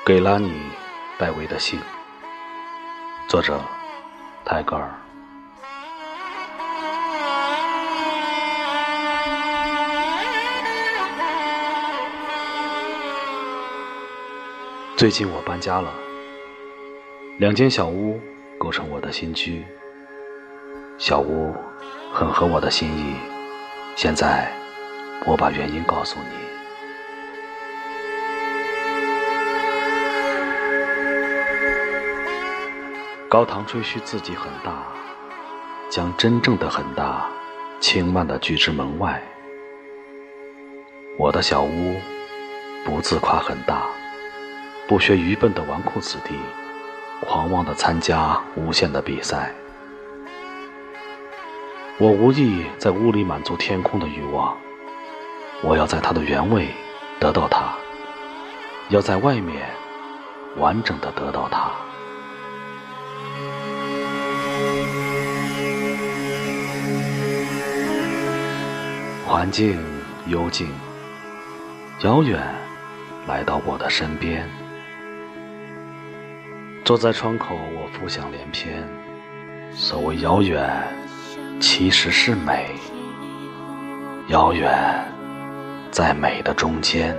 给拉尼·戴维的信，作者泰戈尔。最近我搬家了，2间小屋构成我的新居。小屋很合我的心意，现在我把原因告诉你。高堂吹嘘自己很大，将真正的很大轻慢地拒之门外。我的小屋不自夸很大，不学愚笨的纨绔子弟，狂妄地参加无限的比赛。我无意在屋里满足天空的欲望，我要在它的原位得到它，要在外面完整地得到它。环境幽静，遥远来到我的身边。坐在窗口，我浮想联翩。所谓遥远，其实是美。遥远在美的中间。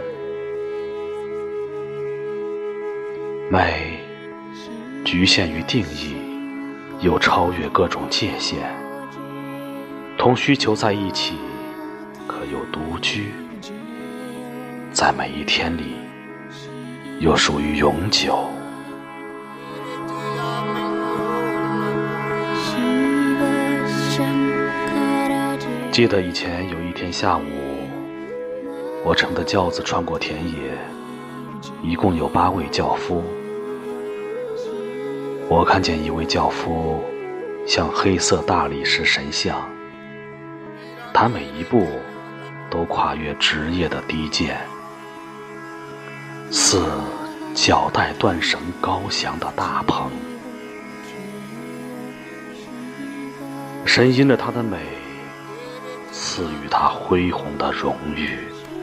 美局限于定义，又超越各种界限。同需求在一起，可又独居。在每一天里，又属于永久。记得以前有一天下午，我乘的轿子穿过田野，一共有8位轿夫。我看见一位轿夫像黑色大理石神像，他每一步都跨越职业的低贱，似脚带断绳高翔的大鹏。神因着他的美，赐予他恢宏的荣誉。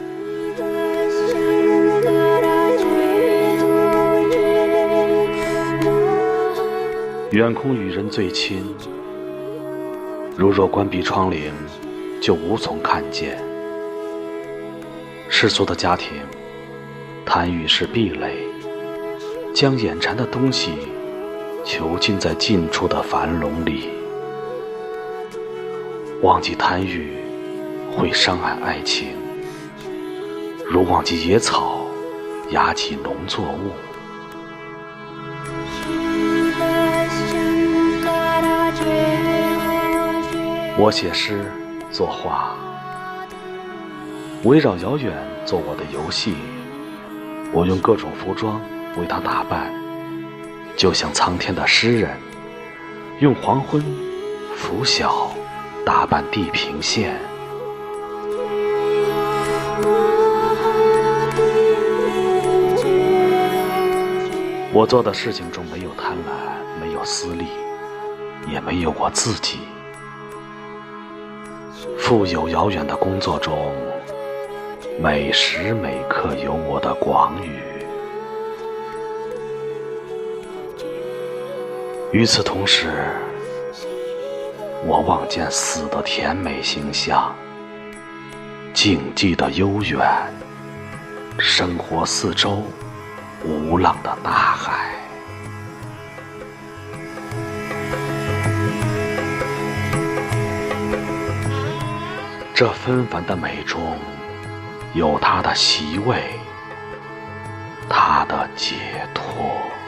远空与人最亲，如若关闭窗棂，就无从看见。世俗的家庭，贪欲是壁垒，将眼馋的东西囚禁在近处的樊笼里。忘记贪欲会伤害爱情，如忘记野草压起农作物。我写诗作画，围绕遥远做我的游戏。我用各种服装为它打扮，就像苍天的诗人用黄昏拂晓打扮地平线。我做的事情中没有贪婪，没有私利，也没有我自己。富有遥远的工作中，每时每刻有我的广语。与此同时，我望见死的甜美形象，静寂的悠远，生活四周无浪的大海。这纷繁的美中，有它的席位，它的解脱。